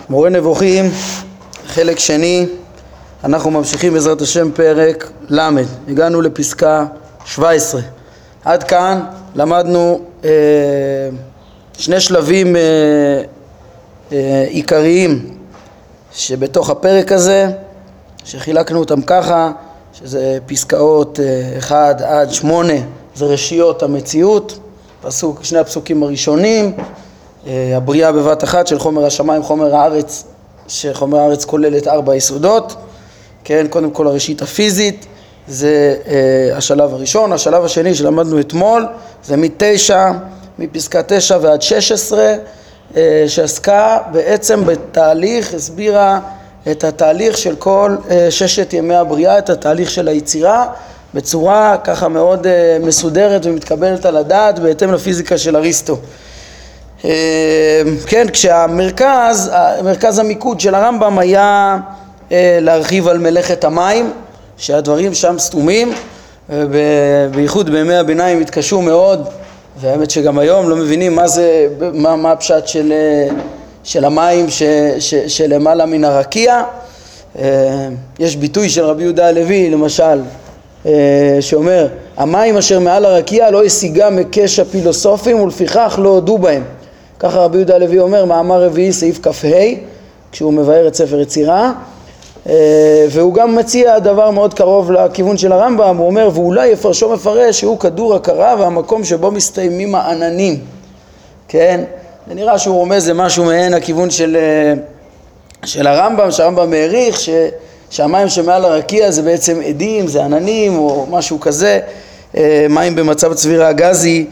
מורה נבוכים, חלק שני, אנחנו ממשיכים בעזרת השם פרק למד, הגענו לפסקה 17. עד כאן למדנו שני שלבים עיקריים שבתוך הפרק הזה, שחילקנו אותם ככה, שזה פסקאות 1 עד 8, זה ראשיות המציאות, שני הפסוקים הראשונים, הבריאה בבת אחת של חומר השמיים, חומר הארץ, שחומר הארץ כוללת 4 יסודות, כן, קודם כל הראשית הפיזית, זה השלב הראשון. השלב השני שלמדנו אתמול, זה מפסקה 9 ועד 16, שעסקה בעצם בתהליך, הסבירה את התהליך של כל 6 ימי הבריאה, את התהליך של היצירה, בצורה ככה מאוד מסודרת ומתקבלת על הדעת בהתאם לפיזיקה של אריסטו. כן, מרכז המיקוד של הרמב"ם היה להרחיב על מלאכת המים, שהדברים שם סתומים, בייחוד בימי הביניים התקשו מאוד, והאמת שגם היום לא מבינים מה הפשט של המים שלמעלה מן הרקיע. יש ביטוי של רבי יהודה הלוי למשל, שאומר, המים אשר מעל הרקיע לא השיגם מקש הפילוסופים ולפיכך לא הודו בהם. ככה רבי יהודה הלוי אומר, מאמר רביעי סעיף כ"ה, כשהוא מבאר את ספר יצירה, והוא גם מציע דבר מאוד קרוב לכיוון של הרמב"ם. הוא אומר, ואולי יפרשו מפרש שהוא כדור הכרה והמקום שבו מסתיימים העננים. כן? זה נראה שהוא רומז למשהו מעין הכיוון של הרמב"ם, שהרמב"ם מעריך שהמים שמעל הרקיע זה בעצם עדים, זה עננים או משהו כזה, מים במצב צבירה הגזי,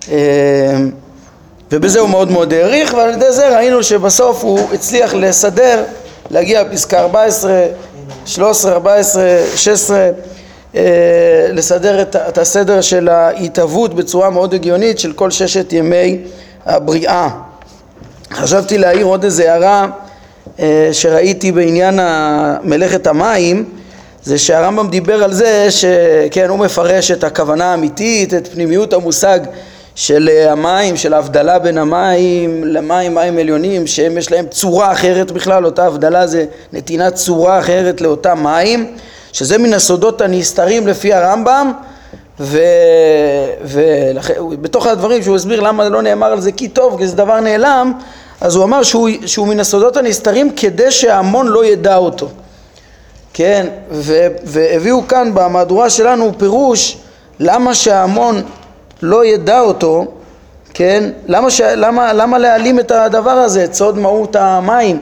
ובזה הוא מאוד מאוד העריך, ועל ידי זה ראינו שבסוף הוא הצליח לסדר, להגיע לפסקה 14, 13, 14, 16, לסדר את הסדר של ההתהוות בצורה מאוד הגיונית של כל 6 ימי הבריאה. חשבתי להעיר עוד איזו הערה שראיתי בעניין מלאכת המים, זה שהרמב"ם דיבר על זה שכן, הוא מפרש את הכוונה האמיתית, את פנימיות המושג של המים, של ההבדלה בין המים למים, מים עליונים, שהם יש להם צורה אחרת בכלל, אותה הבדלה זה נתינת צורה אחרת לאותם מים, שזה מן הסודות הנסתרים לפי הרמב"ם, ובתוך הדברים שהוא הסביר למה לא נאמר על זה כי טוב, כי זה דבר נעלם, אז הוא אמר שהוא מן הסודות הנסתרים כדי שההמון לא ידע אותו. כן, והביאו כאן במהדורה שלנו פירוש למה שההמון לא ידע אותו, כן? למה להעלים את הדבר הזה, את סוד מהות המים?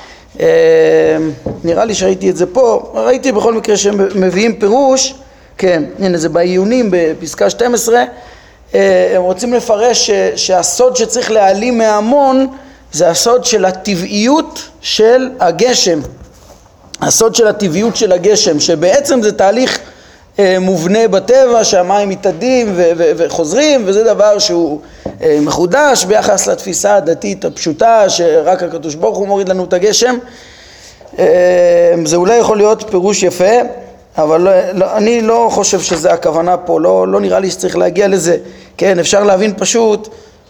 נראה לי שראיתי את זה פה, ראיתי בכל מקרה שהם מביאים פירוש, כן, הנה זה בעיונים בפסקה 12, הם רוצים לפרש שהסוד שצריך להעלים מההמון זה הסוד של הטבעיות של הגשם, הסוד של הטבעיות של הגשם, שבעצם זה תהליך מובנה בטבע, שהמים מתאדים וחוזרים, וזה דבר שהוא מחודש ביחס לתפיסה הדתית הפשוטה, שרק הקדוש ברוך הוא מוריד לנו את הגשם. זה אולי יכול להיות פירוש יפה, אבל אני לא חושב שזה הכוונה פה, לא נראה לי שצריך להגיע לזה. כן, אפשר להבין פשוט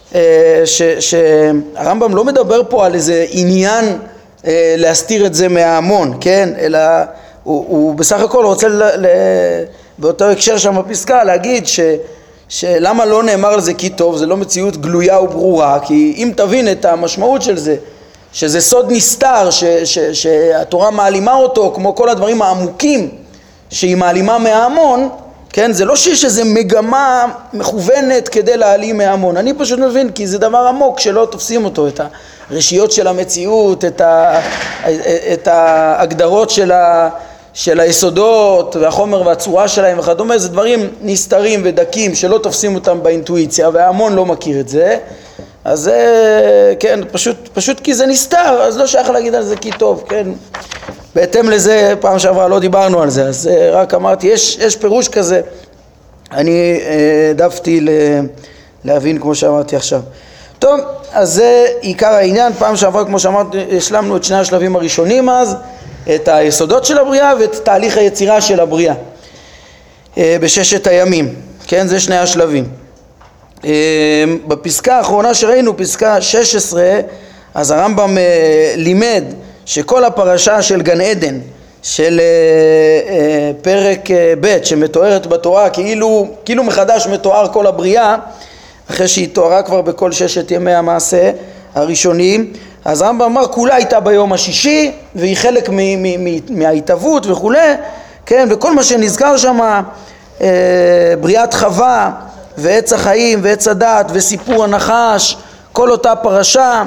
שהרמב"ם לא מדבר פה על איזה עניין להסתיר את זה מההמון, כן? אלא הוא בסך הכל רוצה באותו הקשר שם בפסקה להגיד שלמה לא נאמר על זה כי טוב, זה לא מציאות גלויה וברורה, כי אם תבין את המשמעות של זה, שזה סוד נסתר, שהתורה מעלימה אותו, כמו כל הדברים העמוקים שהיא מעלימה מההמון, כן? זה לא שיש איזו מגמה מכוונת כדי להעלים מההמון, אני פשוט מבין כי זה דבר עמוק שלא תופסים אותו, את הרשיות של המציאות, את ההגדרות של היסודות והחומר והצורה שלהם וכדומה, זה דברים נסתרים ודקים שלא תופסים אותם באינטואיציה, וההמון לא מכיר את זה, אז זה, כן, פשוט כי זה נסתר, אז לא שייך להגיד על זה כי טוב, כן? בהתאם לזה, פעם שעברה לא דיברנו על זה, אז רק אמרתי, יש פירוש כזה, אני העדפתי להבין כמו שאמרתי עכשיו. טוב, אז זה עיקר העניין. פעם שעברה, כמו שאמרתי, השלמנו את 2 השלבים הראשונים אז, את היסודות של הבריאה ואת תהליך היצירה של הבריאה ב6 הימים, כן? זה 2 השלבים. בפסקה האחרונה שראינו, פסקה 16, אז הרמב"ם לימד שכל הפרשה של גן עדן, של פרק ב' שמתוארת בתורה, כאילו מחדש מתואר כל הבריאה, אחרי שהיא תוארה כבר בכל 6 ימי המעשה הראשונים, אז הרמב"ם אמר כולה הייתה ביום השישי, והיא חלק מההתהוות וכו', כן, וכל מה שנזכר שם, בריאת חווה ועץ החיים ועץ הדת וסיפור הנחש, כל אותה פרשה,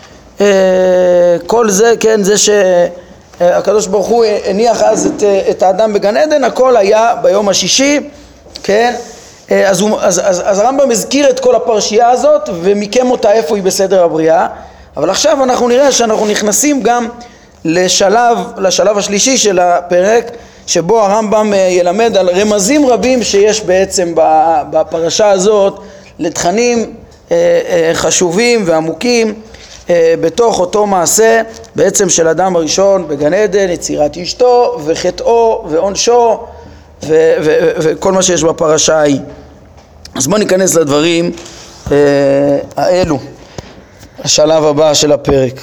כל זה, כן, זה שהקדוש ברוך הוא הניח אז את האדם בגן עדן, הכל היה ביום השישי, כן. אז הרמב"ם הזכיר את כל הפרשייה הזאת ומיקם אותה איפה היא בסדר הבריאה, אבל עכשיו אנחנו נראה שאנחנו נכנסים גם לשלב השלישי של הפרק, שבו הרמב"ם ילמד על רמזים רבים שיש בעצם בפרשה הזאת לתכנים חשובים ועמוקים בתוך אותו מעשה בעצם של אדם הראשון בגן עדן, יצירת אשתו וחטאו ועונשו וכל מה שיש בפרשה ההיא. אז בואו ניכנס לדברים האלו, השלב הבא של הפרק.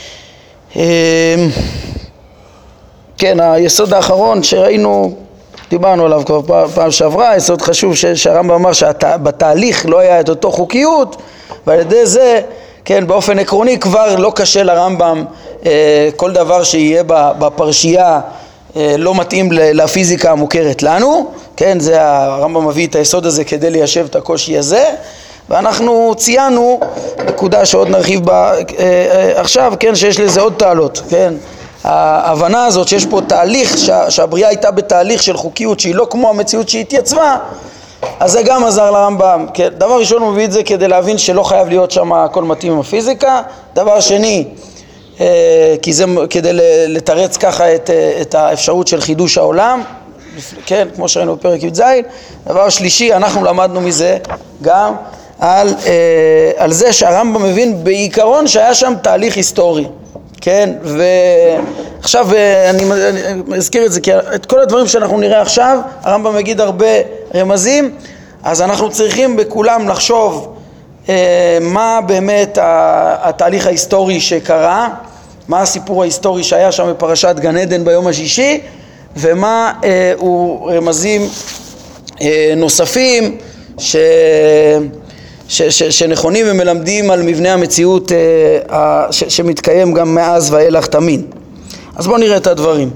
כן, היסוד האחרון שראינו, דיברנו עליו כבר פעם שעברה, יסוד חשוב שהרמב"ם אמר שבתהליך לא היה את אותו חוקיות, ועל ידי זה, כן, באופן עקרוני כבר לא קשה לרמב"ם כל דבר שיהיה בפרשייה לא מתאים לפיזיקה המוכרת לנו, כן, זה הרמב"ם מביא את היסוד הזה כדי ליישב את הקושי הזה, ואנחנו ציינו נקודה שעוד נרחיב בה עכשיו, כן, שיש לזה עוד תעלות, כן, ההבנה הזאת שיש פה תהליך, שהבריאה הייתה בתהליך של חוקיות שהיא לא כמו המציאות שהיא התייצבה, אז זה גם עזר לרמב"ם, כן, דבר ראשון הוא מביא את זה כדי להבין שלא חייב להיות שם הכל מתאים עם הפיזיקה, דבר שני, כי זה כדי לתרץ ככה את האפשרות של חידוש העולם, כן, כמו שראינו בפרק י"ז. דבר שלישי, אנחנו למדנו מזה גם על זה שהרמב"ם מבין בעיקרון שהיה שם תהליך היסטורי, כן, ועכשיו אני אזכיר את זה, כי את כל הדברים שאנחנו נראה עכשיו, הרמב"ם מגיד הרבה רמזים, אז אנחנו צריכים בכולם לחשוב מה באמת התהליך ההיסטורי שקרה, מה הסיפור ההיסטורי שהיה שם בפרשת גן עדן ביום השישי, ומה הוא רמזים נוספים שנכונים ומלמדים על מבנה המציאות שמתקיים גם מאז ואילך תמיד. אז בואו נראה את הדברים.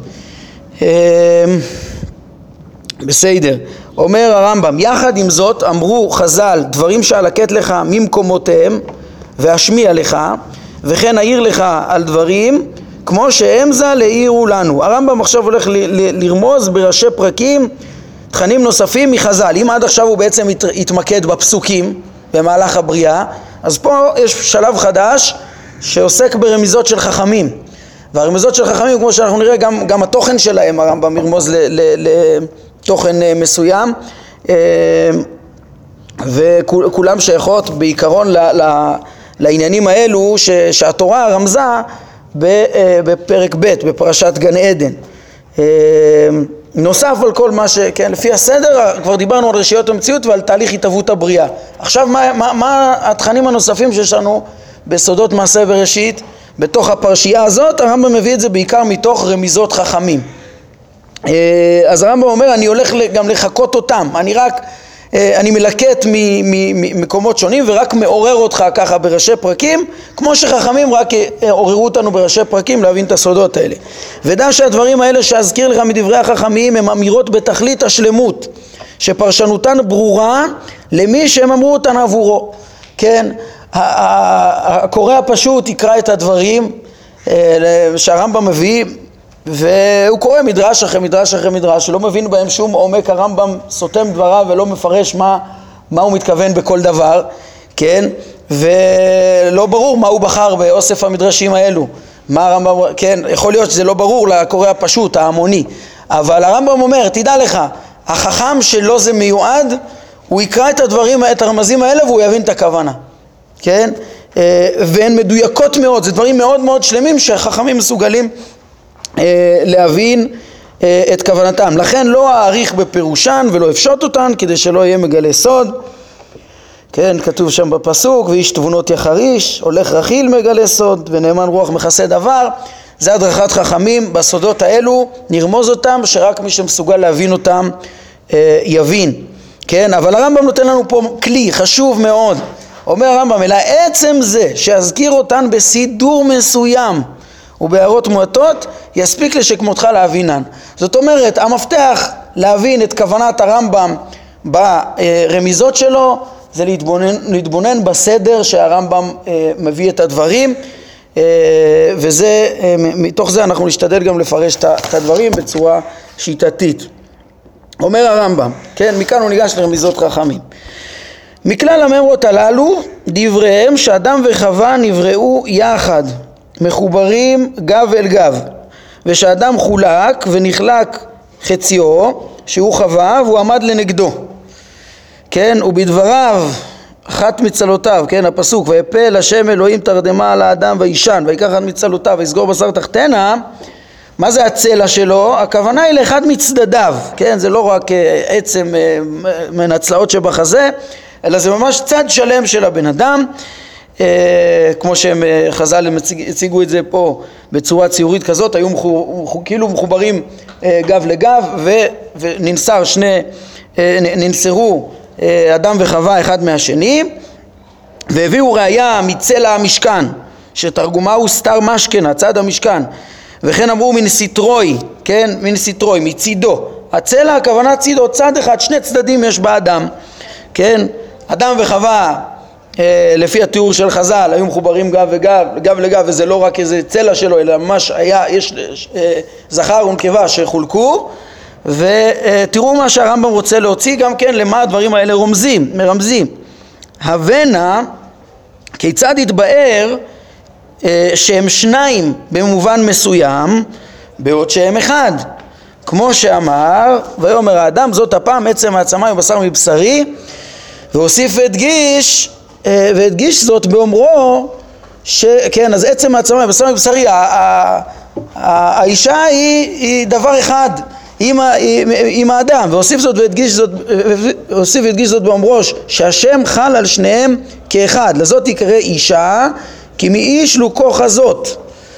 בסדר. אומר הרמב"ם, יחד עם זאת אמרו חז"ל, דברים שאלקט לך ממקומותיהם ואשמיע לך, וכן אעיר לך על דברים כמו שהם זה להעירו לנו. הרמב"ם עכשיו הולך לרמוז בראשי פרקים תכנים נוספים מחז"ל. אם עד עכשיו הוא בעצם התמקד בפסוקים במהלך הבריאה, אז פה יש שלב חדש שעוסק ברמיזות של חכמים, והרמיזות של חכמים כמו שאנחנו נראה גם התוכן שלהם, הרמב"ם ירמוז לתוכן מסוים, וכולם שייכות בעיקרון לעניינים האלו שהתורה רמזה בפרק ב' בפרשת גן עדן. נוסף על כל מה כן, לפי הסדר כבר דיברנו על רשיות המציאות ועל תהליך התהוות הבריאה. עכשיו מה התכנים הנוספים שיש לנו בסודות מעשה בראשית בתוך הפרשייה הזאת? הרמב"ם מביא את זה בעיקר מתוך רמיזות חכמים. אז הרמב"ם אומר, אני הולך גם לחכות אותם, אני מלקט ממקומות שונים ורק מעורר אותך ככה בראשי פרקים, כמו שחכמים רק עוררו אותנו בראשי פרקים להבין את הסודות האלה. ודע שהדברים האלה שאזכיר לך מדברי החכמים הם אמירות בתכלית השלמות, שפרשנותן ברורה למי שהם אמרו אותן עבורו. כן, הקורא הפשוט יקרא את הדברים שהרמב"ם מביא, והוא קורא מדרש אחרי מדרש אחרי מדרש, שלא מבין בהם שום עומק. הרמב"ם סותם דבריו ולא מפרש מה הוא מתכוון בכל דבר, כן, ולא ברור מה הוא בחר באוסף המדרשים האלו, מה הרמב"ם, כן, יכול להיות שזה לא ברור לקורא הפשוט, ההמוני, אבל הרמב"ם אומר, תדע לך, החכם שלו זה מיועד, הוא יקרא את הדברים, את הרמזים האלה והוא יבין את הכוונה, כן, והן מדויקות מאוד, זה דברים מאוד מאוד שלמים שהחכמים מסוגלים להבין את כוונתם. לכן לא אאריך בפירושן ולא אפשוט אותן כדי שלא יהיה מגלה סוד. כן, כתוב שם בפסוק, ואיש תבונות יחריש, הולך רכיל מגלה סוד, ונאמן רוח מכסה דבר. זה הדרכת חכמים, בסודות האלו נרמוז אותם, שרק מי שמסוגל להבין אותם יבין, כן? אבל הרמב"ם נותן לנו פה כלי חשוב מאוד. אומר הרמב"ם, אלא עצם זה שיזכיר אותן בסידור מסוים ובהערות מועטות, יספיק לשכמותך להבינן. זאת אומרת, המפתח להבין את כוונת הרמב"ם ברמיזות שלו, זה להתבונן בסדר שהרמב"ם מביא את הדברים, וזה, מתוך זה אנחנו נשתדל גם לפרש את הדברים בצורה שיטתית. אומר הרמב"ם, כן, מכאן הוא ניגש לרמיזות חכמים. מכלל המאמרות הללו, דבריהם שאדם וחווה נבראו יחד, מחוברים גב אל גב, ושאדם חולק ונחלק חציו, שהוא חווה והוא עמד לנגדו. כן, ובדבריו, אחת מצלותיו, כן, הפסוק, ויפל השם אלוהים תרדמה על האדם וישן, ויקח אחת מצלותיו ויסגור בשר תחתנה. מה זה הצלע שלו? הכוונה היא לאחד מצדדיו, כן, זה לא רק עצם מן הצלעות שבחזה, אלא זה ממש צד שלם של הבן אדם, כמו שהם חז"ל הציגו את זה פה בצורה ציורית כזאת, היו כאילו מחוברים גב לגב, ננסרו אדם וחווה אחד מהשני, והביאו ראיה מצלע המשכן, שתרגומה הוא סתר משכן, הצד המשכן, וכן אמרו מן סיטרוי, כן, מן סיטרוי, מצידו. הצלע, הכוונה צידו, צד אחד, שני צדדים יש באדם, כן, אדם וחווה, לפי התיאור של חז"ל, היו מחוברים גב לגב, וזה לא רק איזה צלע שלו, אלא ממש היה, יש זכר ונקבה שחולקו, ותראו מה שהרמב"ם רוצה להוציא גם כן, למה הדברים האלה מרמזים. הבנה, כיצד התבאר שהם שניים במובן מסוים, בעוד שהם אחד. כמו שאמר, ויאמר האדם, זאת הפעם עצם העצמה ובשר מבשרי, והוסיף והדגיש זאת באומרו, כן, אז עצם העצמה ובשר מבשרי, האישה היא דבר אחד עם האדם, והוסיף והדגיש זאת באומרו, שהשם חל על שניהם כאחד, לזאת יקרא אישה, כי מאיש לוקו חזות.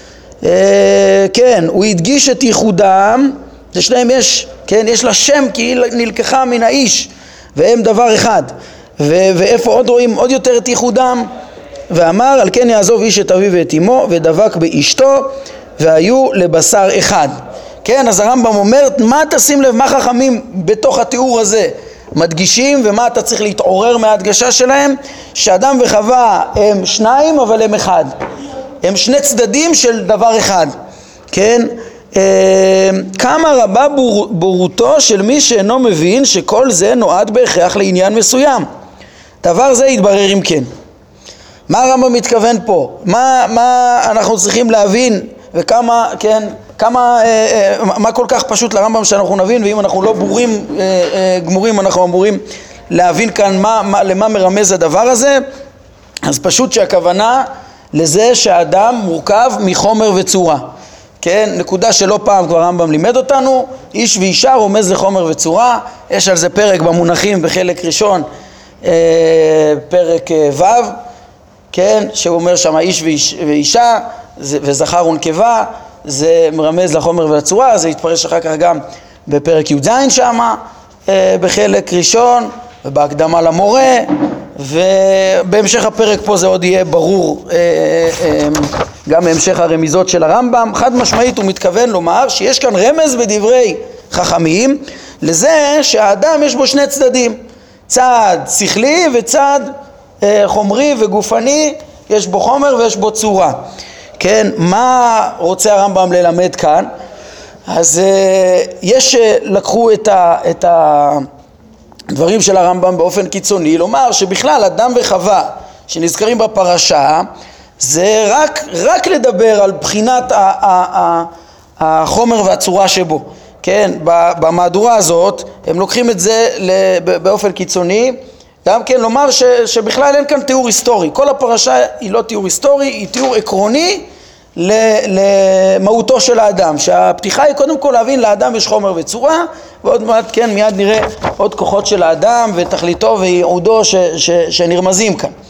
כן, הוא הדגיש את ייחודם, לשניהם יש, כן, יש לה שם כי היא נלקחה מן האיש, והם דבר אחד. ואיפה עוד רואים עוד יותר את ייחודם? ואמר, על כן יעזוב איש את אביו ואת אמו, ודבק באשתו, והיו לבשר אחד. כן, אז הרמב"ם אומר, מה תשים לב, מה חכמים בתוך התיאור הזה מדגישים, ומה אתה צריך להתעורר מההדגשה שלהם? שאדם וחווה הם שניים, אבל הם אחד. הם שני צדדים של דבר אחד. כן? כמה רבה בורותו של מי שאינו מבין שכל זה נועד בהכרח לעניין מסוים. דבר זה יתברר אם כן. מה הרמב"ם מתכוון פה? מה אנחנו צריכים להבין, וכמה, כן, מה כל כך פשוט לרמב"ם שאנחנו נבין, ואם אנחנו לא ברורים גמורים אנחנו אמורים להבין כאן למה מרמז הדבר הזה. אז פשוט שהכוונה לזה שהאדם מורכב מחומר וצורה, כן, נקודה שלא פעם כבר הרמב"ם לימד אותנו, איש ואישה רומז לחומר וצורה, יש על זה פרק במונחים בחלק ראשון, פרק ו', כן, שהוא אומר שם איש ואישה וזכר ונקבה, זה מרמז לחומר ולצורה, זה יתפרש אחר כך גם בפרק י"ז שם, בחלק ראשון ובהקדמה למורה, ובהמשך הפרק פה זה עוד יהיה ברור, גם בהמשך הרמיזות של הרמב"ם. חד משמעית הוא מתכוון לומר שיש כאן רמז בדברי חכמים לזה שהאדם יש בו שני צדדים, צד שכלי וצד חומרי וגופני, יש בו חומר ויש בו צורה. כן, מה רוצה הרמב"ם ללמד כאן? אז לקחו את הדברים של הרמב"ם באופן קיצוני, לומר שבכלל אדם וחווה שנזכרים בפרשה זה רק לדבר על בחינת החומר והצורה שבו. כן, במהדורה הזאת הם לוקחים את זה באופן קיצוני, גם כן לומר שבכלל אין כאן תיאור היסטורי, כל הפרשה היא לא תיאור היסטורי, היא תיאור עקרוני למהותו של האדם, שהפתיחה היא קודם כל להבין לאדם יש חומר וצורה, ועוד מעט, כן, מיד נראה עוד כוחות של האדם ותכליתו וייעודו שנרמזים כאן.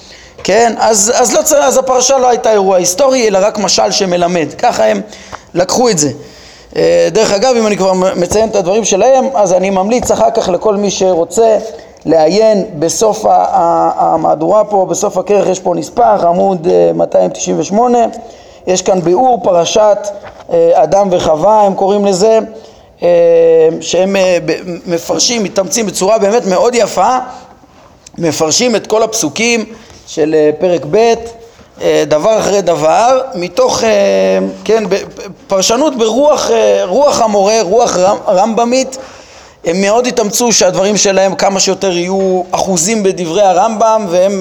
כן, אז הפרשה לא הייתה אירוע היסטורי, אלא רק משל שמלמד, ככה הם לקחו את זה. דרך אגב, אם אני כבר מציין את הדברים שלהם, אז אני ממליץ אחר כך לכל מי שרוצה לעיין בסוף המהדורה פה, בסוף הכרך יש פה נספח, עמוד 298, יש כאן ביאור פרשת אדם וחווה, הם קוראים לזה, שהם מפרשים, מתאמצים בצורה באמת מאוד יפה, מפרשים את כל הפסוקים של פרק ב' דבר אחרי דבר, מתוך, כן, פרשנות ברוח המורה, רוח רמב"מית. הם מאוד התאמצו שהדברים שלהם כמה שיותר יהיו אחוזים בדברי הרמב"ם, והם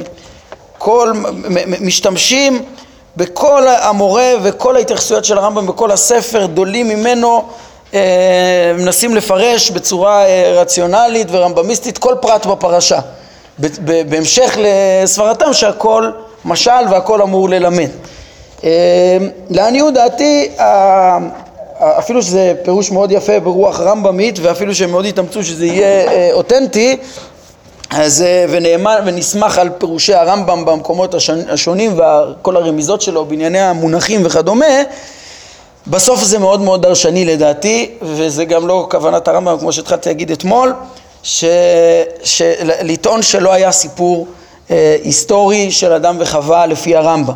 משתמשים בכל המורה וכל ההתייחסויות של הרמב"ם בכל הספר, דולים ממנו, מנסים לפרש בצורה רציונלית ורמב"מיסטית כל פרט בפרשה, בהמשך לסברתם שהכל משל והכל אמור ללמד. לעניות דעתי, אפילו שזה פירוש מאוד יפה ברוח רמב"מית, ואפילו שהם מאוד התאמצו שזה יהיה אותנטי, אז ונשמח על פירושי הרמב"ם במקומות השונים וכל הרמיזות שלו בענייני המונחים וכדומה, בסוף זה מאוד מאוד דרשני לדעתי, וזה גם לא כוונת הרמב"ם, כמו שהתחלתי להגיד אתמול, לטעון שלא היה סיפור היסטורי של אדם וחווה לפי הרמב"ם.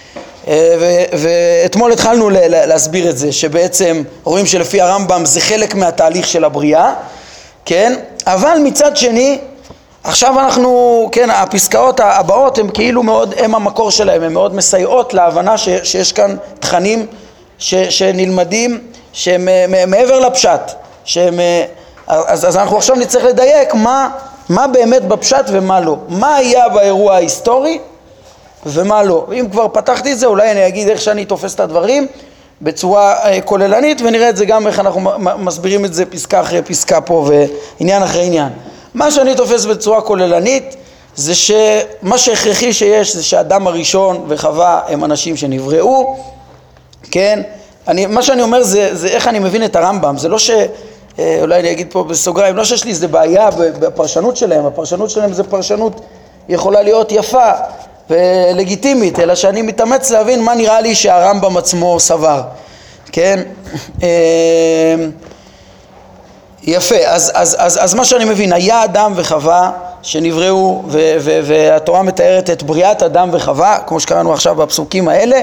ואתמול התחלנו להסביר את זה, שבעצם רואים שלפי הרמב"ם זה חלק מהתהליך של הבריאה, כן? אבל מצד שני, עכשיו אנחנו, כן, הפסקאות הבאות הם כאילו מאוד, הם המקור שלהם, הם מאוד מסייעות להבנה שיש כאן תכנים שנלמדים, שהם מעבר לפשט, אז אנחנו עכשיו נצטרך לדייק מה באמת בפשט ומה לא, מה היה באירוע ההיסטורי ומה לא. ואם כבר פתחתי את זה, אולי אני אגיד איך שאני תופס את הדברים בצורה כוללנית, ונראה את זה גם איך אנחנו מסבירים את זה פסקה אחרי פסקה פה ועניין אחרי עניין. מה שאני תופס בצורה כוללנית זה שמה שהכרחי שיש זה שהאדם הראשון וחווה הם אנשים שנבראו, כן? מה שאני אומר זה איך אני מבין את הרמב"ם, זה לא אולי אני אגיד פה בסוגריים, לא שיש לי איזה בעיה בפרשנות שלהם, הפרשנות שלהם זה פרשנות יכולה להיות יפה ולגיטימית, אלא שאני מתאמץ להבין מה נראה לי שהרמב"ם עצמו סבר, כן? יפה, אז מה שאני מבין, היה אדם וחווה שנבראו, והתורה מתארת את בריאת אדם וחווה, כמו שקראנו עכשיו בפסוקים האלה,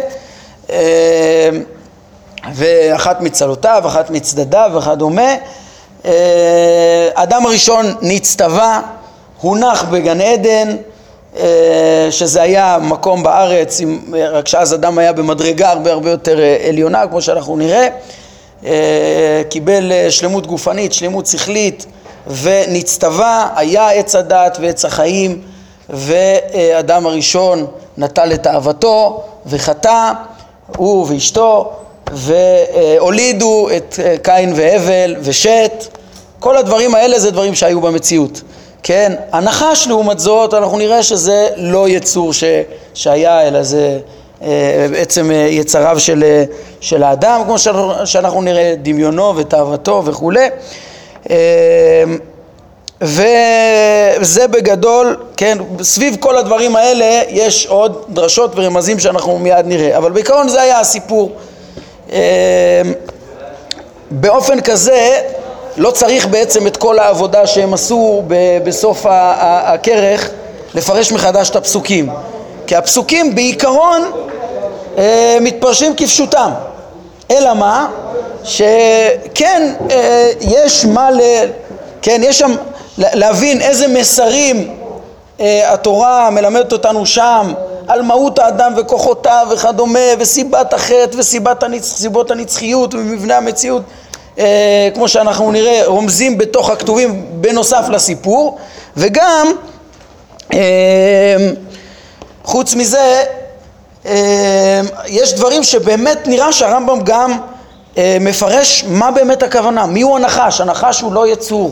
ואחת מצלותיו, אחת מצדדיו וכדומה. אדם הראשון נצטווה, הונח בגן עדן, שזה היה מקום בארץ, רק שאז אדם היה במדרגה הרבה יותר עליונה, כמו שאנחנו נראה, קיבל שלמות גופנית, שלמות שכלית, ונצטווה, היה עץ הדת ועץ החיים, ואדם הראשון נטל את אהבתו וחטא, הוא ואשתו, והולידו את קין והבל ושת. כל הדברים האלה זה דברים שהיו במציאות, כן? הנחש לעומת זאת, אנחנו נראה שזה לא יצור שהיה, אלא זה בעצם יצריו של האדם, כמו שאנחנו נראה, דמיונו ותאוותו וכו'. וזה בגדול, כן, סביב כל הדברים האלה יש עוד דרשות ורמזים שאנחנו מיד נראה, אבל בעיקרון זה היה הסיפור. באופן כזה לא צריך בעצם את כל העבודה שהם עשו בסוף הכרך לפרש מחדש את הפסוקים, כי הפסוקים בעיקרון מתפרשים כפשוטם, אלא מה? שכן יש מה כן, יש שם להבין איזה מסרים התורה מלמדת אותנו שם על מהות האדם וכוחותיו וכדומה, וסיבת החטא וסיבות הנצחיות ומבנה המציאות, כמו שאנחנו נראה, רומזים בתוך הכתובים בנוסף לסיפור. וגם חוץ מזה יש דברים שבאמת נראה שהרמב"ם גם מפרש מה באמת הכוונה, מי הוא הנחש. הנחש הוא לא יצור,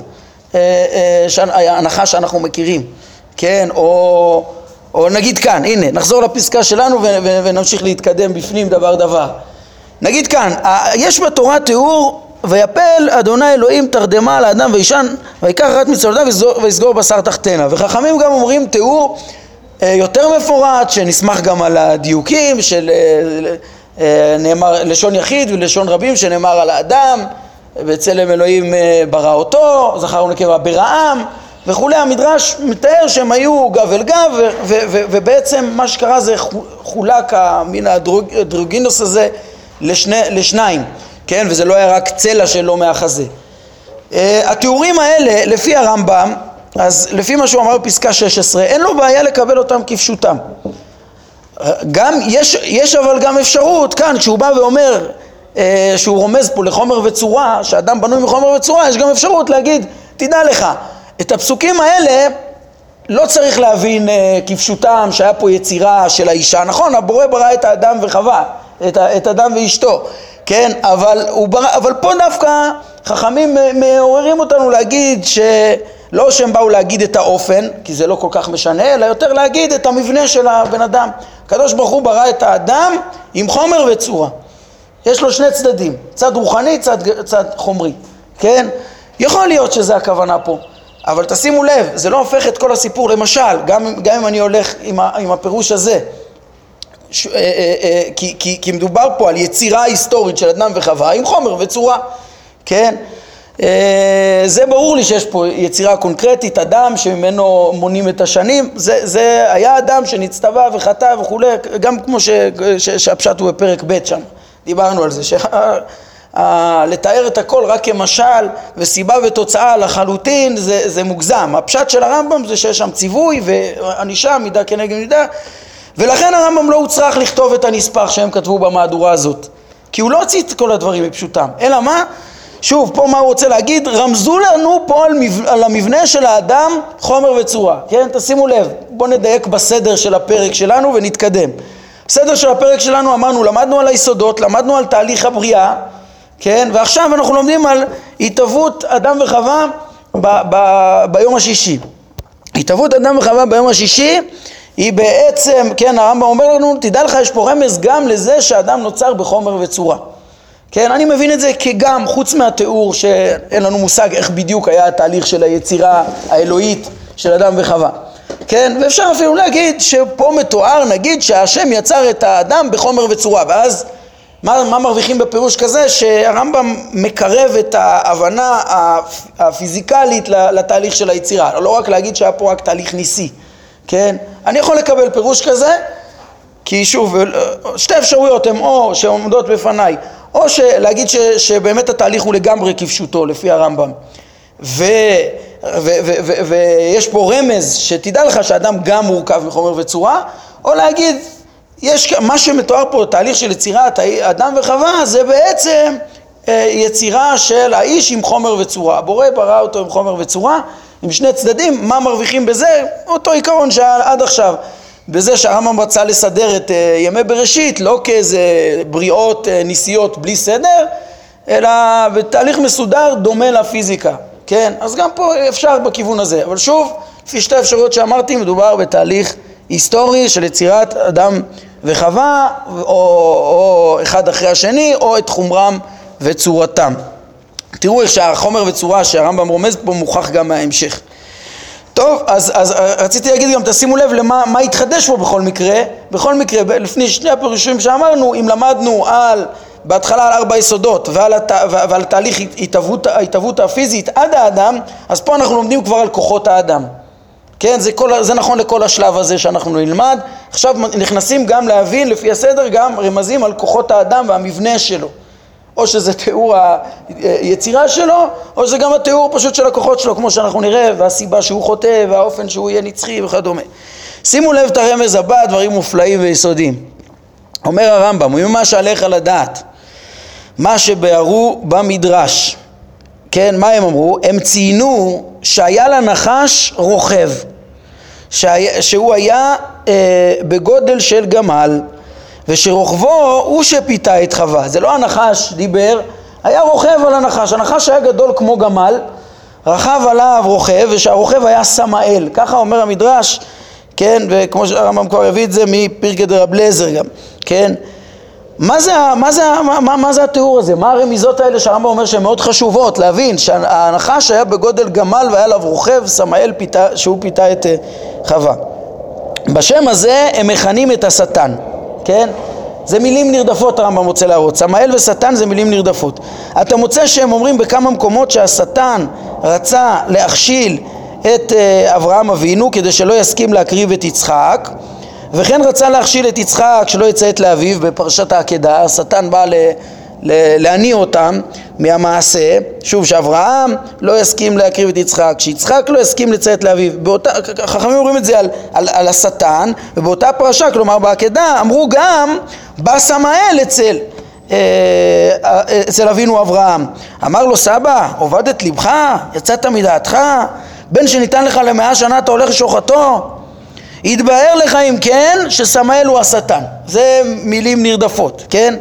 הנחש שאנחנו מכירים, כן? או נגיד כאן, הנה, נחזור לפסקה שלנו ונמשיך להתקדם בפנים דבר. נגיד כאן, יש בתורה תיאור, ויפל אדוני אלוהים תרדמה על האדם וישן, ויקח אחת מצלותיו ויסגור בשר תחתנה. וחכמים גם אומרים תיאור יותר מפורט, שנשמח גם על הדיוקים של נאמר לשון יחיד ולשון רבים, שנאמר על האדם, בצלם אלוהים ברא אותו, זכר ונקבה בראם וכולי. המדרש מתאר שהם היו גב אל גב, ובעצם מה שקרה זה חולק מן הדרוגינוס הזה לשניים, כן? וזה לא היה רק צלע שלו מהחזה. התיאורים האלה לפי הרמב"ם, אז לפי מה שהוא אמר בפסקה 16, אין לו בעיה לקבל אותם כפשוטם. גם יש אבל גם אפשרות כאן, כשהוא בא ואומר שהוא רומז פה לחומר וצורה, שאדם בנוי מחומר וצורה, יש גם אפשרות להגיד, תדע לך, את הפסוקים האלה לא צריך להבין כפשוטם, שהיה פה יצירה של האישה. נכון, הבורא ברא את האדם וחווה, את אדם ואשתו, כן? אבל פה דווקא חכמים מעוררים אותנו להגיד שלא שהם באו להגיד את האופן, כי זה לא כל כך משנה, אלא יותר להגיד את המבנה של הבן אדם. הקדוש ברוך הוא ברא את האדם עם חומר וצורה. יש לו שני צדדים, צד רוחני, צד חומרי, כן? יכול להיות שזה הכוונה פה, אבל תשימו לב, זה לא הופך את כל הסיפור. למשל, גם אם אני הולך עם הפירוש הזה, כי מדובר פה על יצירה היסטורית של אדם וחווה עם חומר וצורה, כן? זה ברור לי שיש פה יצירה קונקרטית, אדם שממנו מונים את השנים, זה היה אדם שנצטווה וחטא וכו', גם כמו שהפשט הוא בפרק ב' שם, דיברנו על זה, לתאר את הכל רק כמשל וסיבה ותוצאה לחלוטין זה מוגזם. הפשט של הרמב"ם זה שיש שם ציווי וענישה, מידה כנגד מידה, ולכן הרמב"ם לא הוצרך לכתוב את הנספח שהם כתבו במהדורה הזאת, כי הוא לא הוציא את כל הדברים בפשוטם, אלא מה? שוב, פה מה הוא רוצה להגיד? רמזו לנו פה על המבנה של האדם חומר וצורה, כן? תשימו לב, בואו נדייק בסדר של הפרק שלנו ונתקדם. בסדר של הפרק שלנו אמרנו, למדנו על היסודות, למדנו על תהליך הבריאה, כן? ועכשיו אנחנו לומדים על התהוות אדם וחווה ביום השישי. התהוות אדם וחווה ביום השישי היא בעצם, כן, הרמב"ם אומר לנו, תדע לך, יש פה רמז גם לזה שהאדם נוצר בחומר וצורה. כן, אני מבין את זה כגם, חוץ מהתיאור שאין לנו מושג איך בדיוק היה התהליך של היצירה האלוהית של אדם וחווה. כן, ואפשר אפילו להגיד שפה מתואר, נגיד שהשם יצר את האדם בחומר וצורה, ואז מה מרוויחים בפירוש כזה? שהרמב"ם מקרב את ההבנה הפיזיקלית לתהליך של היצירה, לא רק להגיד שהיה פה רק תהליך ניסי, כן? אני יכול לקבל פירוש כזה, כי שוב, שתי אפשרויות הן או שעומדות בפניי, או להגיד שבאמת התהליך הוא לגמרי כפשוטו לפי הרמב"ם, ויש פה רמז שתדע לך שהאדם גם מורכב מחומר וצורה, או להגיד יש מה שמתואר פה, תהליך של יצירת אדם וחווה, זה בעצם יצירה של האיש עם חומר וצורה. הבורא ברא אותו עם חומר וצורה, עם שני צדדים. מה מרוויחים בזה? אותו עיקרון שעד עכשיו, בזה שהרמב"ם רצה לסדר את ימי בראשית, לא כאיזה בריאות ניסיות בלי סדר, אלא בתהליך מסודר דומה לפיזיקה. כן? אז גם פה אפשר בכיוון הזה. אבל שוב, לפי שתי אפשרויות שאמרתי, מדובר בתהליך היסטורי של יצירת אדם וחווה, או אחד אחרי השני, או את חומרם וצורתם. תראו איך שהחומר וצורה שהרמב"ם רומז פה מוכח גם מההמשך. טוב, אז רציתי להגיד גם, תשימו לב למה התחדש פה בכל מקרה. בכל מקרה, לפני שני הפירושים שאמרנו, אם למדנו בהתחלה על 4 יסודות ועל תהליך ההתהוות הפיזית עד האדם, אז פה אנחנו לומדים כבר על כוחות האדם. כן, זה נכון לכל השלב הזה שאנחנו נלמד. עכשיו נכנסים גם להבין לפי הסדר גם רמזים על כוחות האדם והמבנה שלו. או שזה תיאור היצירה שלו, או שזה גם התיאור פשוט של הכוחות שלו, כמו שאנחנו נראה, והסיבה שהוא חוטא, והאופן שהוא יהיה נצחי וכדומה. שימו לב את הרמז הבא, דברים מופלאים ויסודיים. אומר הרמב"ם, וממה שעליך לדעת, מה שבארו במדרש, כן, מה הם אמרו? הם ציינו שהיה לנחש רוכב, שהוא היה בגודל של גמל, ושרוכבו הוא שפיתה את חווה. זה לא הנחש דיבר, היה רוכב על הנחש. הנחש היה גדול כמו גמל, רכב עליו רוכב, ושהרוכב היה סמאל. ככה אומר המדרש, כן, וכמו שהרמב"ם כבר הביא את זה מפרקי דרב אליעזר גם, כן. מה זה התיאור הזה? מה הרמיזות האלה שהרמב"ם אומר שהן מאוד חשובות להבין? שהנחש היה בגודל גמל והיה עליו רוכב, סמאל שהוא פיתה את חווה. בשם הזה הם מכנים את השטן, כן? זה מילים נרדפות, הרמב"ם רוצה להראות. סמאל ושטן זה מילים נרדפות. אתה מוצא שהם אומרים בכמה מקומות שהשטן רצה להכשיל את אברהם אבינו כדי שלא יסכים להקריב את יצחק, וכן רצה להכשיל את יצחק שלא יציית לאביו בפרשת העקדה. השטן בא להניע אותם מהמעשה, שוב, שאברהם לא יסכים להקריב את יצחק, שיצחק לא יסכים לציית לאביו. חכמים אומרים את זה על השטן, ובאותה פרשה, כלומר בעקדה, אמרו גם בסמאל אצל אבינו אברהם. אמר לו, סבא, עובדת לבך, יצאת מדעתך, בן שניתן לך ל100 שנה אתה הולך לשוחטו, יתבהר לך אם כן שסמאל הוא השטן. זה מילים נרדפות, כן?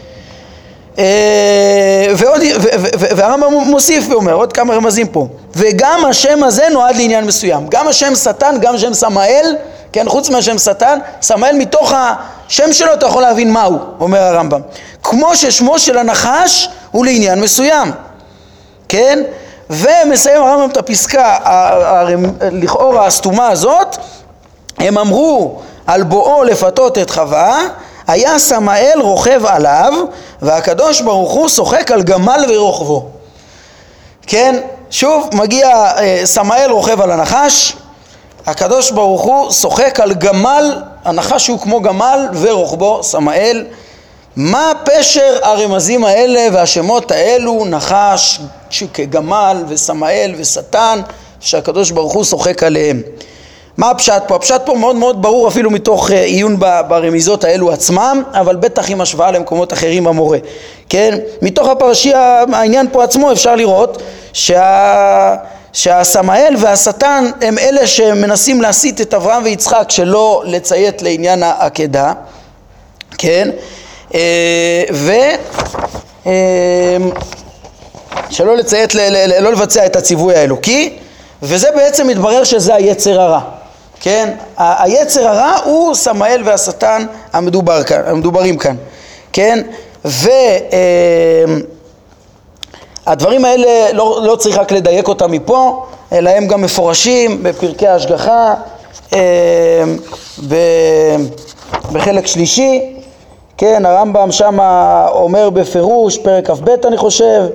והרמב"ם מוסיף ואומר עוד כמה רמזים פה, וגם השם הזה נועד לעניין מסוים. גם השם שטן, גם השם סמאל, כן, חוץ מהשם שטן, סמאל מתוך השם שלו אתה יכול להבין מהו, אומר הרמב"ם, כמו ששמו של הנחש הוא לעניין מסוים, כן? ומסיים הרמב"ם את הפסקה לכאורה הסתומה הזאת. הם אמרו על בואו לפתות את חווה, היה סמאל רוכב עליו והקדוש ברוך הוא שוחק על גמל ורוכבו. כן, שוב מגיע סמאל רוכב על הנחש, הקדוש ברוך הוא שוחק על גמל, הנחש הוא כמו גמל ורוכבו סמאל. מה פשר הרמזים האלה והשמות האלו, נחש כגמל וסמאל ושטן, שהקדוש ברוך הוא שוחק עליהם? מה הפשט פה? הפשט פה מאוד מאוד ברור אפילו מתוך עיון ברמיזות האלו עצמם, אבל בטח עם השוואה למקומות אחרים במורה. כן? מתוך הפרשייה, העניין פה עצמו אפשר לראות שהסמאל והשטן הם אלה שמנסים להסיט את אברהם ויצחק שלא לציית לעניין העקדה, כן? שלא לציית, לא לבצע את הציווי האלוקי, וזה בעצם מתברר שזה היצר הרע. כן? היצר הרע הוא סמאל והשטן המדוברים כאן. כן? והדברים האלה לא צריך רק לדייק אותם מפה, אלא הם גם מפורשים בפרקי ההשגחה, בחלק שלישי. כן, הרמב"ם שם אומר בפירוש, פרק כ"ב אני חושב,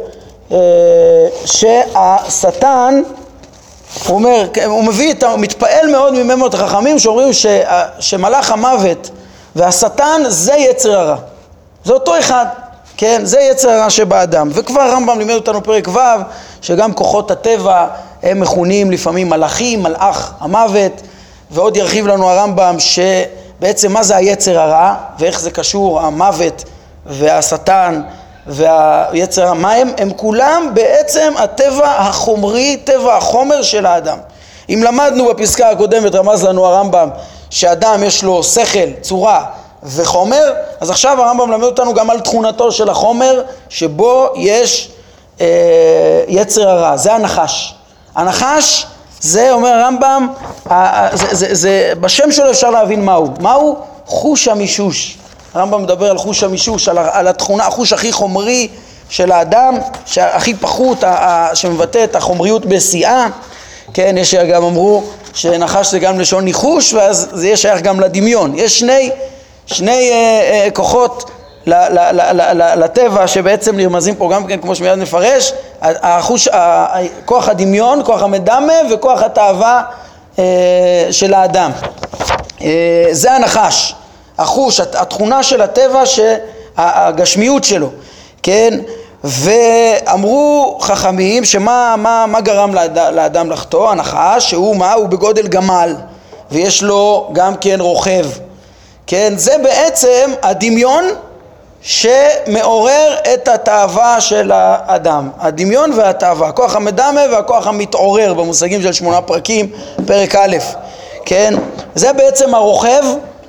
שהשטן, הוא אומר, הוא מתפעל מאוד מממות החכמים שאומרים שמלאך המוות והשטן זה יצר הרע, זה אותו אחד, כן, זה יצר הרע שבאדם. וכבר הרמב"ם לימד אותנו פרק ו' שגם כוחות הטבע הם מכונים לפעמים מלאכים, מלאך המוות, ועוד ירחיב לנו הרמב"ם שבעצם מה זה היצר הרע ואיך זה קשור המוות והשטן והיצר, מה הם כולם בעצם הטבע החומרי, טבע החומר של האדם. אם למדנו בפסקה הקודמת, רמז לנו הרמב"ם שאדם יש לו שכל, צורה וחומר, אז עכשיו הרמב"ם למד אותנו גם על תכונתו של החומר שבו יש יצר הרע, זה הנחש. הנחש זה, אומר הרמב"ם, בשם שלו אפשר להבין מהו חוש המישוש. הרמב"ם מדבר על חוש המישוש, על התכונה, החוש הכי חומרי של האדם, הכי פחות, שמבטא את החומריות בשיאה. כן, יש גם אמרו שנחש זה גם לשון ניחוש, ואז זה יהיה שייך גם לדמיון. יש שני כוחות לטבע שבעצם נרמזים פה גם כן, כמו שמיד נפרש, כוח הדמיון, כוח המדמה וכוח התאווה של האדם. זה הנחש. החוש, התכונה של הטבע, הגשמיות שלו, כן? ואמרו חכמים מה גרם לאדם לחטוא? הנחש, שהוא הוא בגודל גמל, ויש לו גם כן רוכב, כן? זה בעצם הדמיון שמעורר את התאווה של האדם, הדמיון והתאווה, הכוח המדמה והכוח המתעורר במושגים של 8 פרקים, פרק א', כן? זה בעצם הרוכב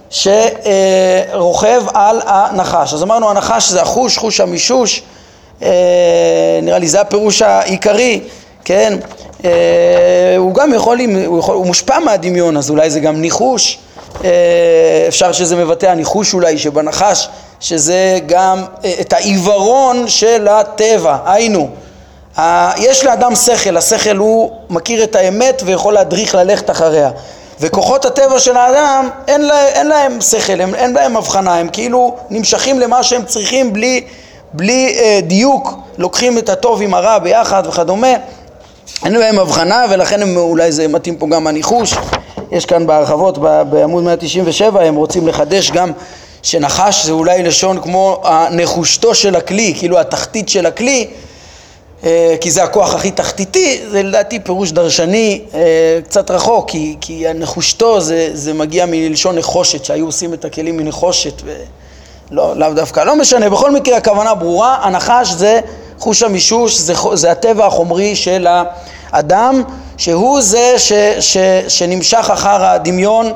שרוכב על הנחש. אז אמרנו הנחש זה החוש, חוש המישוש, נראה לי זה הפירוש העיקרי, כן? הוא גם הוא מושפע מהדמיון, אז אולי זה גם ניחוש, אפשר שזה מבטא הניחוש אולי שבנחש, שזה גם את העיוורון של הטבע. היינו, יש לאדם שכל, השכל הוא מכיר את האמת ויכול להדריך ללכת אחריה, וכוחות הטבע של האדם אין להם שכל, אין להם הבחנה, הם כאילו נמשכים למה שהם צריכים בלי דיוק, לוקחים את הטוב עם הרע ביחד וכדומה, אין להם הבחנה, ולכן הם, אולי זה מתאים פה גם הניחוש, יש כאן בהרחבות בעמוד 197, הם רוצים לחדש גם שנחש זה אולי לשון כמו הנחושתו של הכלי, כאילו התחתית של הכלי, כי זה הכוח הכי תחתיתי, זה לדעתי פירוש דרשני קצת רחוק, כי הנחושתו זה מגיע מלשון נחושת, שהיו עושים את הכלים מנחושת, לאו דווקא, לא משנה, בכל מקרה הכוונה ברורה, הנחש זה חוש המישוש, זה הטבע החומרי של האדם, שהוא זה שנמשך אחר הדמיון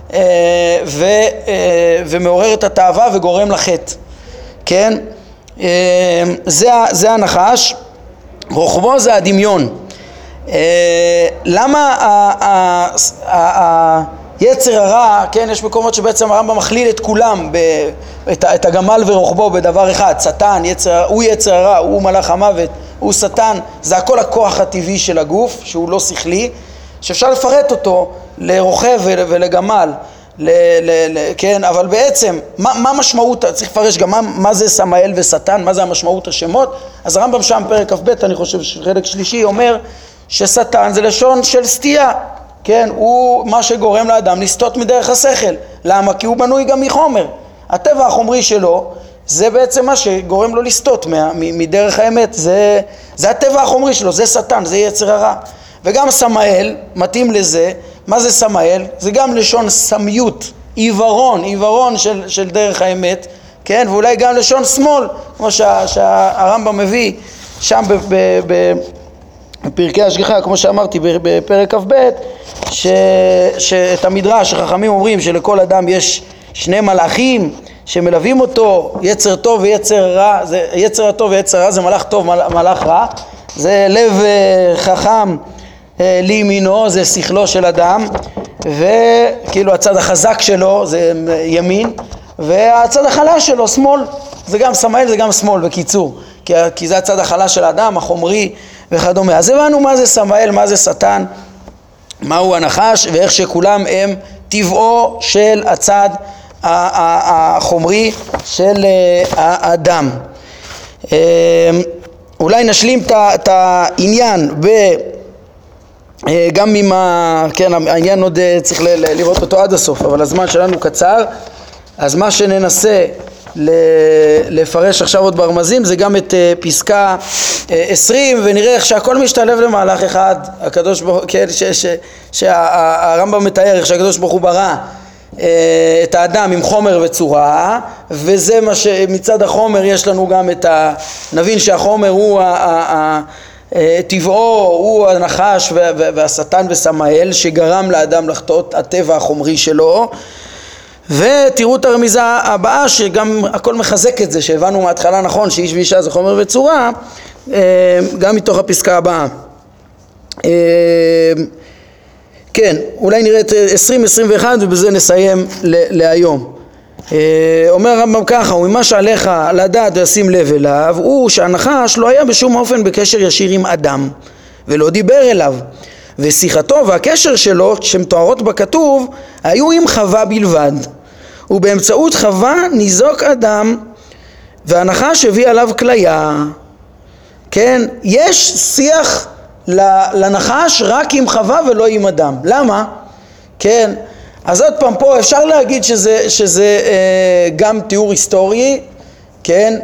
ומעורר את התאווה וגורם לחטא, כן? זה הנחש, רוחבו זה הדמיון. למה היצר הרע, כן, יש מקומות שבעצם הרמב"ם מכליל את כולם, את הגמל ורוחבו בדבר אחד, שטן, הוא יצר הרע, הוא מלאך המוות, הוא שטן, זה הכל הכוח הטבעי של הגוף, שהוא לא שכלי, שאפשר לפרט אותו לרוחב ולגמל, כן, אבל בעצם, מה משמעות, צריך לפרש גם מה זה סמאל ושטן, מה זה המשמעות השמות, אז הרמב"ם שם פרק כ"ב, אני חושב חלק שלישי, אומר ששטן זה לשון של סטייה, כן, הוא מה שגורם לאדם לסטות מדרך השכל, למה? כי הוא בנוי גם מחומר, הטבע החומרי שלו, זה בעצם מה שגורם לו לסטות מדרך האמת, זה הטבע החומרי שלו, זה שטן, זה יצר הרע. וגם סמאל, מתאים לזה, מה זה סמאל? זה גם לשון סמיות, עיוורון של דרך האמת, כן? ואולי גם לשון שמאל, כמו שהרמב"ם מביא שם בפרקי השגחה, כמו שאמרתי בפרק כ"ב, שאת המדרש, שחכמים אומרים שלכל אדם יש שני מלאכים שמלווים אותו, יצר טוב ויצר רע, יצר הטוב ויצר רע זה מלאך טוב, מלאך רע, זה לב חכם לימינו, זה שכלו של אדם, וכאילו הצד החזק שלו זה ימין, והצד החלש שלו שמאל, זה גם סמאל זה גם שמאל בקיצור, כי זה הצד החלש של האדם, החומרי וכדומה. אז הבנו מה זה סמאל, מה זה שטן, מהו הנחש, ואיך שכולם הם טבעו של הצד החומרי של האדם. אולי נשלים את העניין גם עם כן, העניין עוד צריך לראות אותו עד הסוף, אבל הזמן שלנו קצר, אז מה שננסה לפרש עכשיו עוד ברמזים זה גם את פסקה 20, ונראה איך שהכל משתלב למהלך אחד, הקדוש ברוך, כן, שהרמב"ם מתאר איך שהקדוש ברוך הוא ברא את האדם עם חומר וצורה, וזה מה שמצד החומר יש לנו גם נבין שהחומר הוא טבעו, הוא הנחש והשטן וסמאל שגרם לאדם לחטות, הטבע החומרי שלו. ותראו את הרמיזה הבאה שגם הכל מחזק את זה שהבנו מההתחלה נכון שאיש ואישה זה חומר וצורה, גם מתוך הפסקה הבאה. כן, אולי נראה את 20-21 ובזה נסיים להיום. אומר הרמב"ם ככה, וממה שעליך לדעת ולשים לב אליו הוא שהנחש לא היה בשום אופן בקשר ישיר עם אדם ולא דיבר אליו, ושיחתו והקשר שלו שמתוארות בכתוב היו עם חווה בלבד, ובאמצעות חווה ניזוק אדם והנחש הביא עליו כליה. כן, יש שיח לנחש רק עם חווה ולא עם אדם. למה? כן, אז עוד פעם פה אפשר להגיד שזה גם תיאור היסטורי, כן,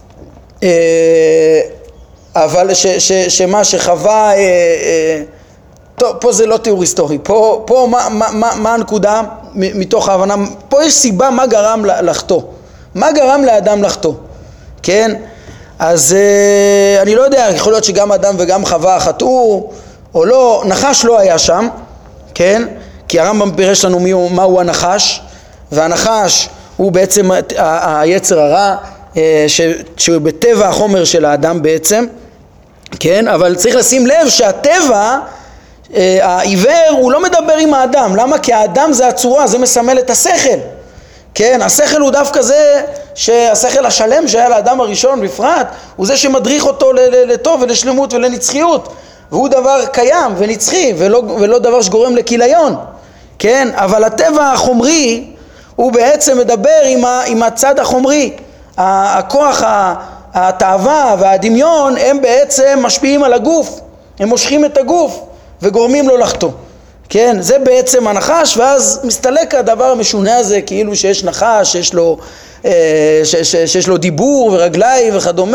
אבל שמה שחווה, טוב, פה זה לא תיאור היסטורי, פה מה הנקודה מתוך ההבנה, פה יש סיבה מה גרם לחטוא, מה גרם לאדם לחטוא, כן, אז אני לא יודע, יכול להיות שגם אדם וגם חווה חטאו או לא, נחש לא היה שם, כן, כי הרמב"ם פירש לנו מהו הנחש, והנחש הוא בעצם היצר הרע שהוא בטבע החומר של האדם בעצם, כן, אבל צריך לשים לב שהטבע העיוור הוא לא מדבר עם האדם. למה? כי האדם זה הצורה, זה מסמל את השכל, כן, השכל הוא דווקא זה שהשכל השלם שהיה לאדם הראשון בפרט הוא זה שמדריך אותו לטוב ולשלמות ולנצחיות, והוא דבר קיים ונצחי ולא דבר שגורם לכיליון, כן? אבל הטבע החומרי הוא בעצם מדבר עם הצד החומרי. הכוח, התאווה והדמיון הם בעצם משפיעים על הגוף, הם מושכים את הגוף וגורמים לו לחטוא. כן, זה בעצם הנחש, ואז מסתלק הדבר המשונה הזה, כאילו שיש נחש, שיש לו דיבור ורגליים וכדומה.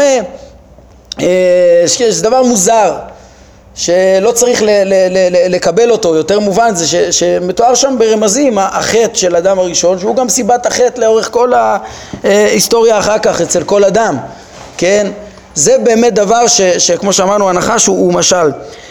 זה דבר מוזר שלא צריך לקבל אותו. יותר מובן זה שמתואר שם ברמזים החטא של אדם הראשון, שהוא גם סיבת החטא לאורך כל ההיסטוריה אחר כך אצל כל אדם. כן, זה באמת דבר שכמו שאמרנו הנחש הוא משל.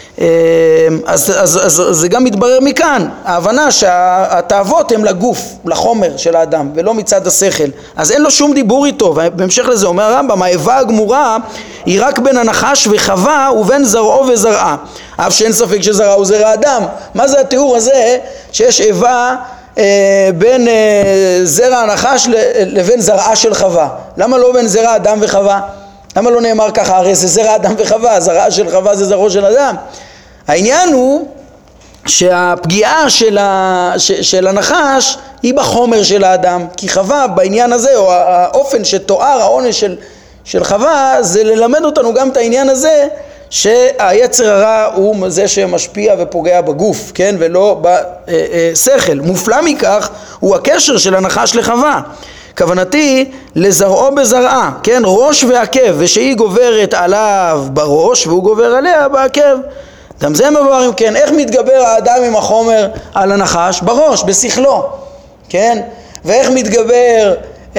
אז זה גם מתברר מכאן, ההבנה שהתאוות הם לגוף, לחומר של האדם, ולא מצד השכל. אז אין לו שום דיבור איתו, ובהמשך לזה אומר הרמב"ם, האיבה הגמורה היא רק בין הנחש וחווה ובין זרעו וזרעה, אף שאין ספק שזרעה הוא זרע אדם. מה זה התיאור הזה שיש איבה בין זרע הנחש לבין זרעה של חווה? למה לא בין זרע אדם וחווה? למה לא נאמר ככה? הרי זה זרע אדם וחווה, זרעה של חווה זה זרעו של אדם. העניין הוא שהפגיעה של הנחש היא בחומר של האדם, כי חווה בעניין הזה, או האופן שתואר העונש של חווה, זה ללמד אותנו גם את העניין הזה שהיצר הרע הוא זה שמשפיע ופוגע בגוף, כן? ולא בשכל. מופלא מכך הוא הקשר של הנחש לחווה. כוונתי לזרעו בזרעה, כן? ראש ועקב, ושהיא גוברת עליו בראש והוא גובר עליה בעקב. גם זה מבואר, כן, איך מתגבר האדם עם החומר על הנחש? בראש, בשכלו, כן? ואיך מתגבר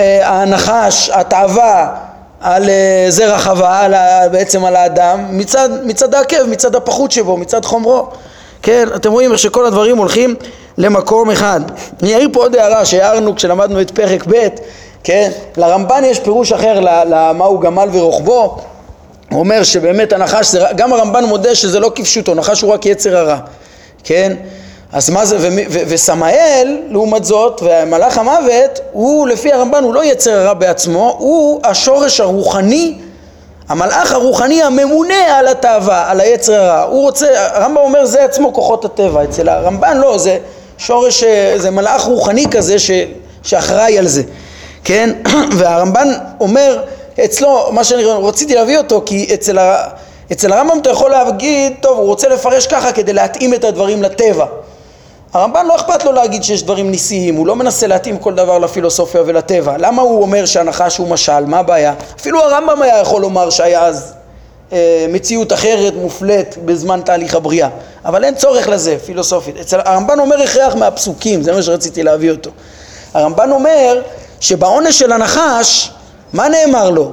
הנחש, התאווה, על זרע חווה, בעצם על האדם, מצד העקב, מצד הפחות שבו, מצד חומרו. כן, אתם רואים איך שכל הדברים הולכים למקום אחד. אני אעיר פה עוד הערה שהערנו כשלמדנו את פרק ב', כן? לרמב"ן יש פירוש אחר למה הוא גמל ורוחבו. הוא אומר שבאמת הנחש, גם הרמב"ן מודה שזה לא כפשוטו, נחש הוא רק יצר הרע, כן? אז מה זה, וסמאל לעומת זאת, ומלאך המוות, הוא לפי הרמב"ן הוא לא יצר הרע בעצמו, הוא השורש הרוחני, המלאך הרוחני הממונה על התאווה, על היצר הרע. הוא רוצה, הרמב"ן אומר זה עצמו כוחות הטבע, אצל הרמב"ן לא, זה שורש, זה מלאך רוחני כזה שאחראי על זה, כן? והרמב"ן אומר אצלו, מה שאני רציתי להביא אותו, כי אצל הרמב"ם אתה יכול להגיד, טוב, הוא רוצה לפרש ככה כדי להתאים את הדברים לטבע. הרמב"ן לא אכפת לו להגיד שיש דברים ניסיים, הוא לא מנסה להתאים כל דבר לפילוסופיה ולטבע. למה הוא אומר שהנחש הוא משל? מה הבעיה? אפילו הרמב"ם היה יכול לומר שהיה אז מציאות אחרת מופלט בזמן תהליך הבריאה, אבל אין צורך לזה פילוסופית. הרמב"ן אומר הכרח מהפסוקים, זה מה שרציתי להביא אותו. הרמב"ן אומר שבעונש של הנחש, מה נאמר לו?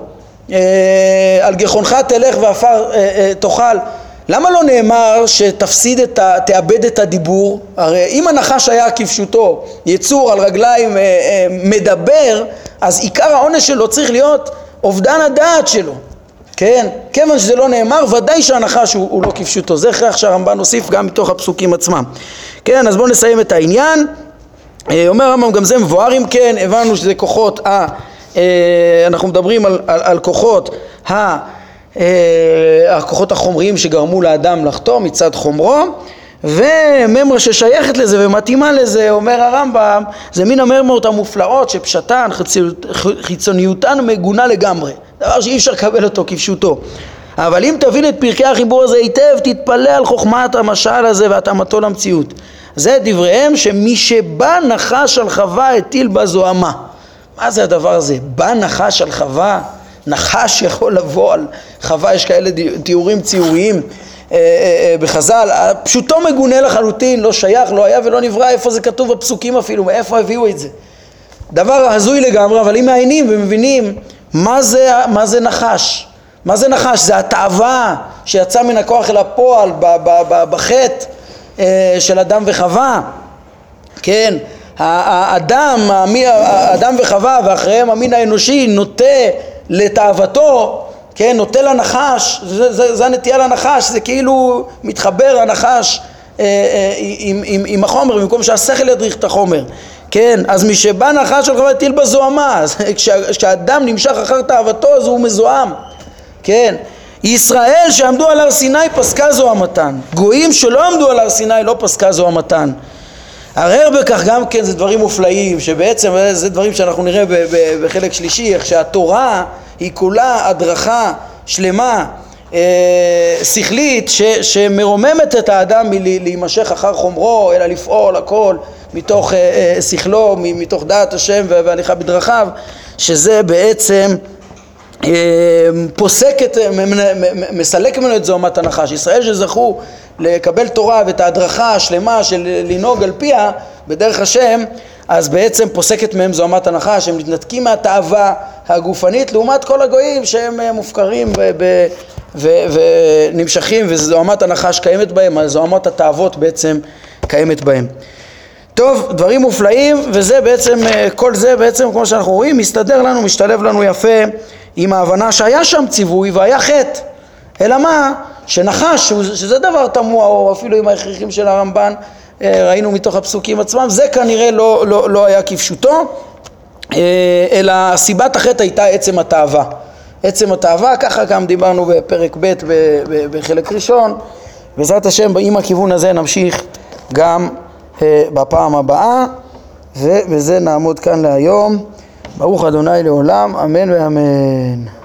על גחונך תלך ואפר תאכל. למה לא נאמר שתפסיד תאבד את הדיבור? הרי אם הנחש היה כפשוטו, יצור על רגליים מדבר, אז עיקר העונש שלו צריך להיות אובדן הדעת שלו, כן? כיוון שזה לא נאמר, ודאי שהנחש הוא לא כפשוטו. זה הכרח שהרמב"ן הוסיף גם מתוך הפסוקים עצמם. כן, אז בואו נסיים את העניין. אומר הרמב"ם, גם זה מבואר אם כן, הבנו שזה כוחות אנחנו מדברים על כוחות הכוחות החומריים שגרמו לאדם לחטוא מצד חומרו, וממרה ששייכת לזה ומתאימה לזה, אומר הרמב"ם, זה מן המרמרות המופלאות שפשטן, חיצוניותן מגונה לגמרי, דבר שאי אפשר לקבל אותו כפשוטו. אבל אם תבין את פרקי החיבור הזה היטב, תתפלא על חוכמת המשל הזה והתאמתו למציאות. זה דבריהם שמי שבא נחש על חווה הטיל בה זוהמה. מה זה הדבר הזה? בא נחש על חווה? נחש יכול לבוא על חווה? יש כאלה תיאורים ציוריים בחז"ל, פשוטו מגונה לחלוטין, לא שייך, לא היה ולא נברא. איפה זה כתוב בפסוקים אפילו? מאיפה הביאו את זה? דבר הזוי לגמרי, אבל אם מעיינים ומבינים מה זה נחש? מה זה נחש? זה התאווה שיצא מן הכוח אל הפועל בחטא של אדם וחווה, כן? האדם וחווה ואחריהם המין האנושי נוטה לתאוותו, כן? נוטה לנחש, זה הנטייה לנחש, זה כאילו מתחבר הנחש עם החומר, במקום שהשכל ידריך את החומר, כן? אז מי שבא נחש על חווה הטיל בה זוהמה, כשהאדם נמשך אחר תאוותו אז הוא מזוהם, כן? ישראל שעמדו על הר סיני פסקה זוהמתן, גויים שלא עמדו על הר סיני לא פסקה זוהמתן. הרהר בכך גם כן זה דברים מופלאים, שבעצם זה דברים שאנחנו נראה בחלק שלישי, איך שהתורה היא כולה הדרכה שלמה, שכלית, שמרוממת את האדם מלהימשך אחר חומרו, אלא לפעול הכל מתוך שכלו, מתוך דעת השם והליכה בדרכיו, שזה בעצם פוסקת, מסלק ממנו את זוהמת הנחש. ישראל שזכו לקבל תורה ואת ההדרכה השלמה של לנהוג על פיה בדרך השם, אז בעצם פוסקת מהם זוהמת הנחש, הם מתנתקים מהתאווה הגופנית לעומת כל הגויים שהם מופקרים ונמשכים, וזוהמת הנחש קיימת בהם, אז זוהמת התאוות בעצם קיימת בהם. טוב, דברים מופלאים, וזה בעצם, כל זה בעצם כמו שאנחנו רואים מסתדר לנו, משתלב לנו יפה עם ההבנה שהיה שם ציווי והיה חטא, אלא מה? שנחש, שזה דבר תמוה, או אפילו עם ההכרחים של הרמב"ן, ראינו מתוך הפסוקים עצמם, זה כנראה לא היה כפשוטו, אלא סיבת החטא הייתה עצם התאווה. עצם התאווה, ככה גם דיברנו בפרק ב' בחלק ראשון, בעזרת השם עם הכיוון הזה נמשיך גם בפעם הבאה, ובזה נעמוד כאן להיום. ברוך אדוני לעולם, אמן ואמן.